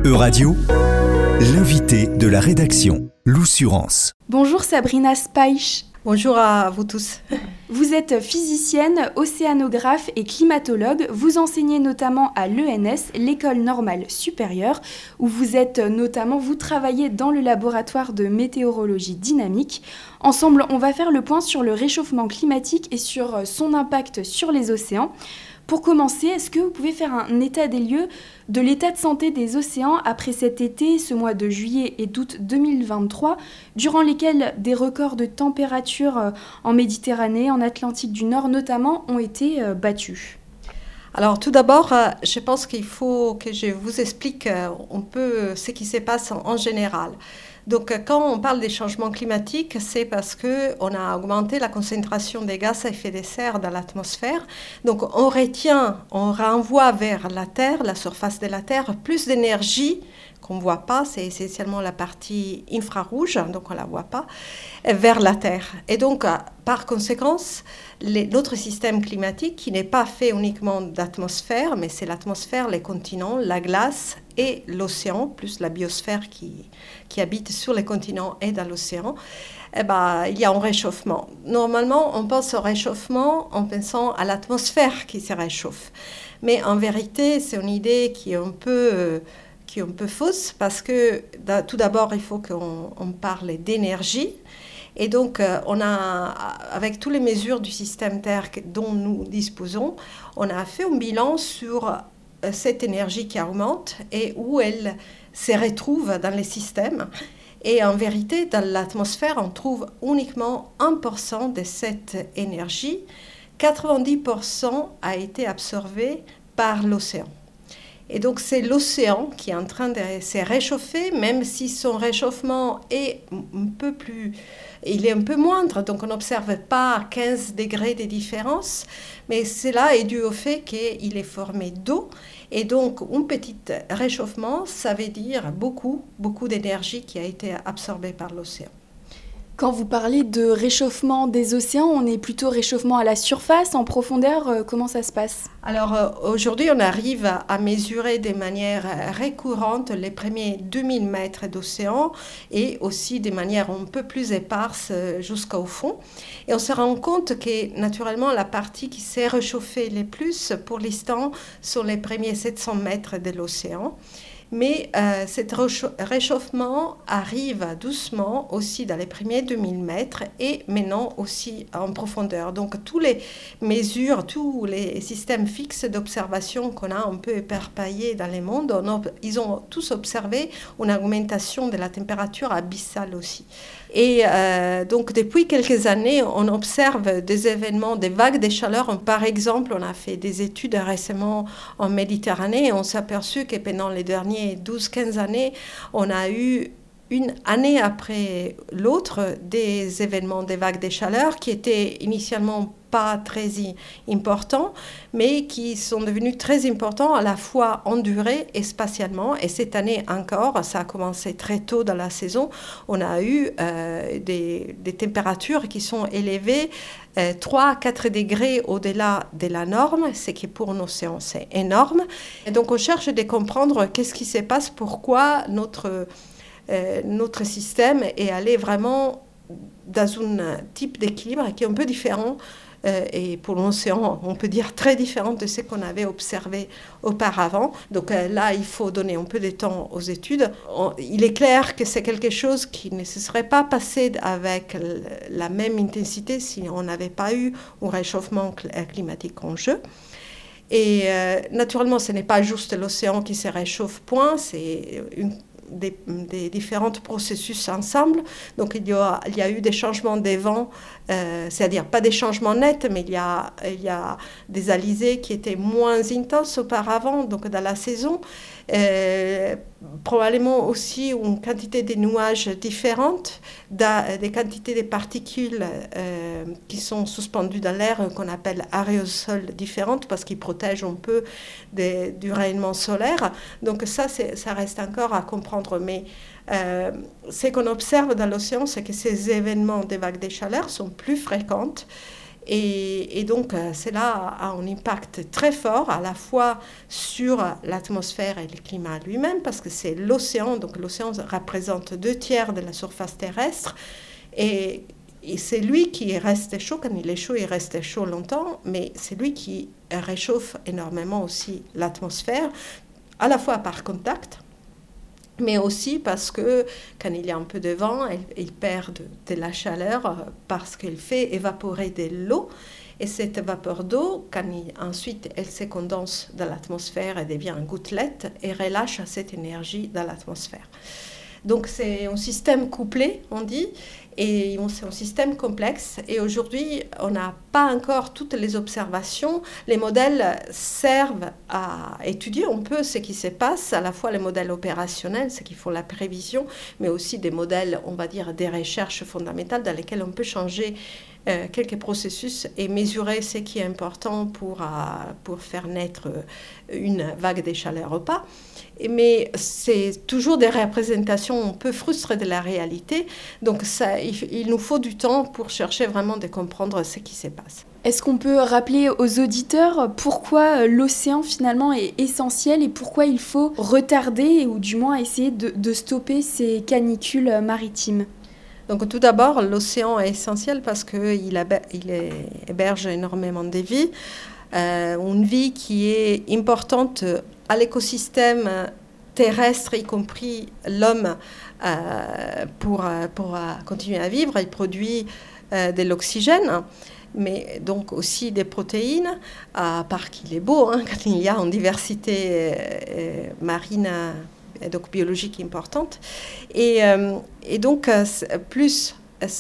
Euradio, l'invité de la rédaction, l'Oussurance. Bonjour Sabrina Spaich. Bonjour à vous tous. Vous êtes physicienne, océanographe et climatologue. Vous enseignez notamment à l'ENS, l'École normale supérieure, où vous travaillez dans le laboratoire de météorologie dynamique. Ensemble, on va faire le point sur le réchauffement climatique et sur son impact sur les océans. Pour commencer, est-ce que vous pouvez faire un état des lieux de l'état de santé des océans après cet été, ce mois de juillet et d'août 2023, durant lesquels des records de température en Méditerranée, en Atlantique du Nord notamment, ont été battus? Alors tout d'abord, je pense qu'il faut que je vous explique un peu ce qui se passe en général. Donc quand on parle des changements climatiques, c'est parce qu'on a augmenté la concentration des gaz à effet de serre dans l'atmosphère. Donc on renvoie vers la Terre, la surface de la Terre, plus d'énergie qu'on ne voit pas, c'est essentiellement la partie infrarouge, donc on ne la voit pas, vers la Terre. Et donc, par conséquence, notre système climatique, qui n'est pas fait uniquement d'atmosphère, mais c'est l'atmosphère, les continents, la glace et l'océan, plus la biosphère qui habite sur les continents et dans l'océan, il y a un réchauffement. Normalement, on pense au réchauffement en pensant à l'atmosphère qui se réchauffe. Mais en vérité, c'est une idée qui est un peu fausse, parce que tout d'abord, il faut qu'on parle d'énergie. Et donc, avec toutes les mesures du système Terre dont nous disposons, on a fait un bilan sur cette énergie qui augmente et où elle se retrouve dans les systèmes. Et en vérité, dans l'atmosphère, on trouve uniquement 1% de cette énergie. 90% a été absorbé par l'océan. Et donc, c'est l'océan qui est en train de se réchauffer, même si son réchauffement est il est un peu moindre. Donc, on n'observe pas 15 degrés de différence. Mais cela est dû au fait qu'il est formé d'eau. Et donc, un petit réchauffement, ça veut dire beaucoup d'énergie qui a été absorbée par l'océan. Quand vous parlez de réchauffement des océans, on est plutôt réchauffement à la surface, en profondeur, comment ça se passe? Alors aujourd'hui, on arrive à mesurer de manière récurrente les premiers 2000 mètres d'océan et aussi de manière un peu plus éparse jusqu'au fond. Et on se rend compte que naturellement, la partie qui s'est réchauffée le plus pour l'instant sont les premiers 700 mètres de l'océan. Mais ce réchauffement arrive doucement aussi dans les premiers 2000 mètres et maintenant aussi en profondeur. Donc, toutes les mesures, tous les systèmes fixes d'observation qu'on a un peu éparpillés dans le monde, ils ont tous observé une augmentation de la température abyssale aussi. Et donc, depuis quelques années, on observe des événements, des vagues de chaleur. Par exemple, on a fait des études récemment en Méditerranée et on s'est aperçu que pendant les dernières 12-15 années, on a eu une année après l'autre des événements, des vagues de chaleur qui étaient initialement pas très importants, mais qui sont devenus très importants à la fois en durée et spatialement. Et cette année encore, ça a commencé très tôt dans la saison, on a eu des températures qui sont élevées 3-4 degrés au-delà de la norme, ce qui pour un océan c'est énorme. Et donc on cherche de comprendre qu'est-ce qui se passe, pourquoi notre système est allé vraiment dans un type d'équilibre qui est un peu différent et pour l'océan, on peut dire très différent de ce qu'on avait observé auparavant. Donc là, il faut donner un peu de temps aux études. Il est clair que c'est quelque chose qui ne se serait pas passé avec la même intensité si on n'avait pas eu un réchauffement climatique en jeu. Et naturellement, ce n'est pas juste l'océan qui se réchauffe, point, c'est des différents processus ensemble. Donc il y a eu des changements des vents, c'est-à-dire pas des changements nets, mais il y a des alisées qui étaient moins intenses auparavant, donc dans la saison. Probablement aussi une quantité de nuages différentes, des quantités de particules qui sont suspendues dans l'air, qu'on appelle aérosols différentes, parce qu'ils protègent un peu du rayonnement solaire. Donc ça reste encore à comprendre. Mais ce qu'on observe dans l'océan, c'est que ces événements des vagues de chaleur sont plus fréquentes Et donc, cela a un impact très fort à la fois sur l'atmosphère et le climat lui-même, parce que c'est l'océan, donc l'océan représente 2/3 de la surface terrestre, et c'est lui qui reste chaud. Quand il est chaud, il reste chaud longtemps, mais c'est lui qui réchauffe énormément aussi l'atmosphère, à la fois par contact, mais aussi parce que quand il y a un peu de vent, il perd de la chaleur parce qu'il fait évaporer de l'eau. Et cette vapeur d'eau, ensuite elle se condense dans l'atmosphère et devient une gouttelette et relâche cette énergie dans l'atmosphère. Donc c'est un système couplé, on dit, et c'est un système complexe. Et aujourd'hui, on n'a pas encore toutes les observations. Les modèles servent à étudier un peu ce qui se passe, à la fois les modèles opérationnels, ceux qui font la prévision, mais aussi des modèles, on va dire, des recherches fondamentales dans lesquelles on peut changer quelques processus et mesurer ce qui est important pour faire naître une vague de chaleur ou pas. Mais c'est toujours des représentations un peu frustrées de la réalité. Donc il nous faut du temps pour chercher vraiment de comprendre ce qui se passe. Est-ce qu'on peut rappeler aux auditeurs pourquoi l'océan finalement est essentiel et pourquoi il faut retarder ou du moins essayer de stopper ces canicules maritimes ? Donc tout d'abord, l'océan est essentiel parce qu'il héberge énormément de vies. Une vie qui est importante à l'écosystème terrestre, y compris l'homme, pour continuer à vivre. Il produit de l'oxygène, mais donc aussi des protéines, à part qu'il est beau, quand il y a une diversité marine et donc biologique importante. Et donc, plus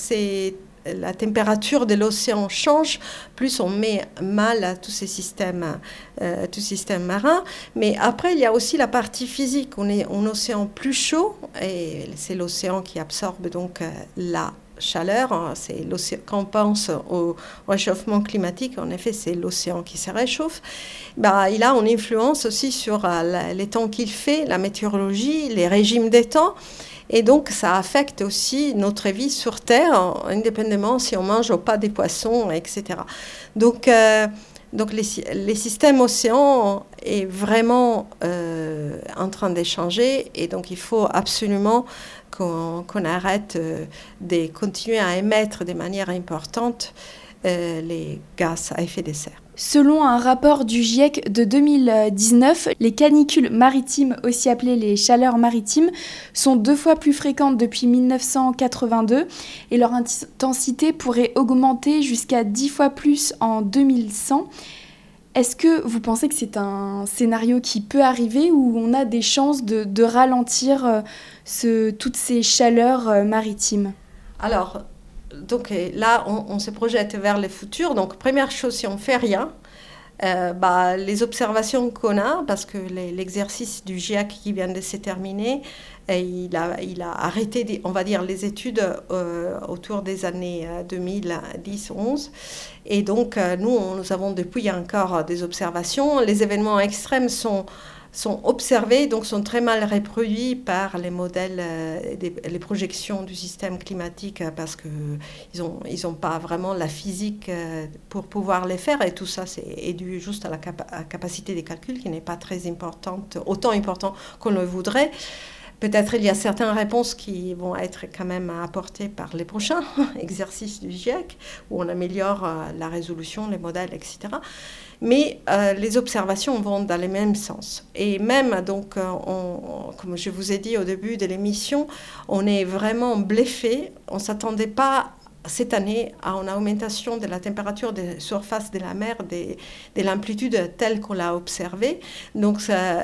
la température de l'océan change, plus on met mal à tous ces systèmes marins. Mais après, il y a aussi la partie physique. On est un océan plus chaud, et c'est l'océan qui absorbe donc la chaleur. Quand on pense au réchauffement climatique, en effet, c'est l'océan qui se réchauffe. Il a une influence aussi sur les temps qu'il fait, la météorologie, les régimes des temps. Et donc, ça affecte aussi notre vie sur Terre, indépendamment si on mange ou pas des poissons, etc. Donc les systèmes océans est vraiment en train de changer. Et donc, il faut absolument qu'on arrête de continuer à émettre de manière importante les gaz à effet de serre. Selon un rapport du GIEC de 2019, les canicules maritimes, aussi appelées les chaleurs maritimes, sont 2 fois plus fréquentes depuis 1982 et leur intensité pourrait augmenter jusqu'à 10 fois plus en 2100. Est-ce que vous pensez que c'est un scénario qui peut arriver ou on a des chances de ralentir toutes ces chaleurs maritimes ? Alors, donc là, on se projette vers le futur. Donc, première chose, si on ne fait rien, les observations qu'on a, parce que l'exercice du GIEC qui vient de se terminer, il a arrêté, on va dire, les études autour des années 2010-11. Et donc, nous avons depuis encore des observations. Les événements extrêmes sont observés, donc sont très mal reproduits par les modèles, les projections du système climatique, parce qu'ils n'ont pas vraiment la physique pour pouvoir les faire. Et tout ça, est dû juste à la capacité des calculs qui n'est pas très importante, autant importante qu'on le voudrait. Peut-être il y a certaines réponses qui vont être quand même apportées par les prochains exercices du GIEC, où on améliore la résolution, les modèles, etc. Mais les observations vont dans le même sens. Et même, donc, comme je vous ai dit au début de l'émission, on est vraiment bluffé. On ne s'attendait pas cette année à une augmentation de la température de surface de la mer, de l'amplitude telle qu'on l'a observée. Donc,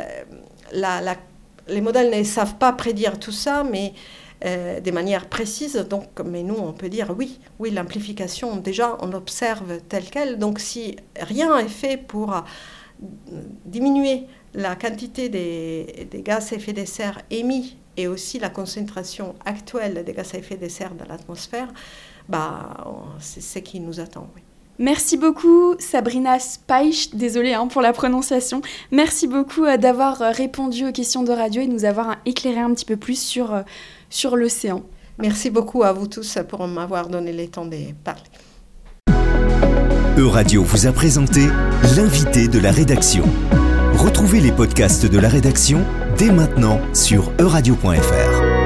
les modèles ne savent pas prédire tout ça, mais de manière précise. Donc, mais nous, on peut dire oui, l'amplification, déjà, on observe telle qu'elle. Donc, si rien est fait pour diminuer la quantité des gaz à effet de serre émis et aussi la concentration actuelle des gaz à effet de serre dans l'atmosphère, c'est ce qui nous attend, oui. Merci beaucoup Sabrina Speisch, désolée pour la prononciation. Merci beaucoup d'avoir répondu aux questions de radio et de nous avoir éclairé un petit peu plus sur l'océan. Merci beaucoup à vous tous pour m'avoir donné le temps de parler. Euradio vous a présenté l'invité de la rédaction. Retrouvez les podcasts de la rédaction dès maintenant sur euradio.fr.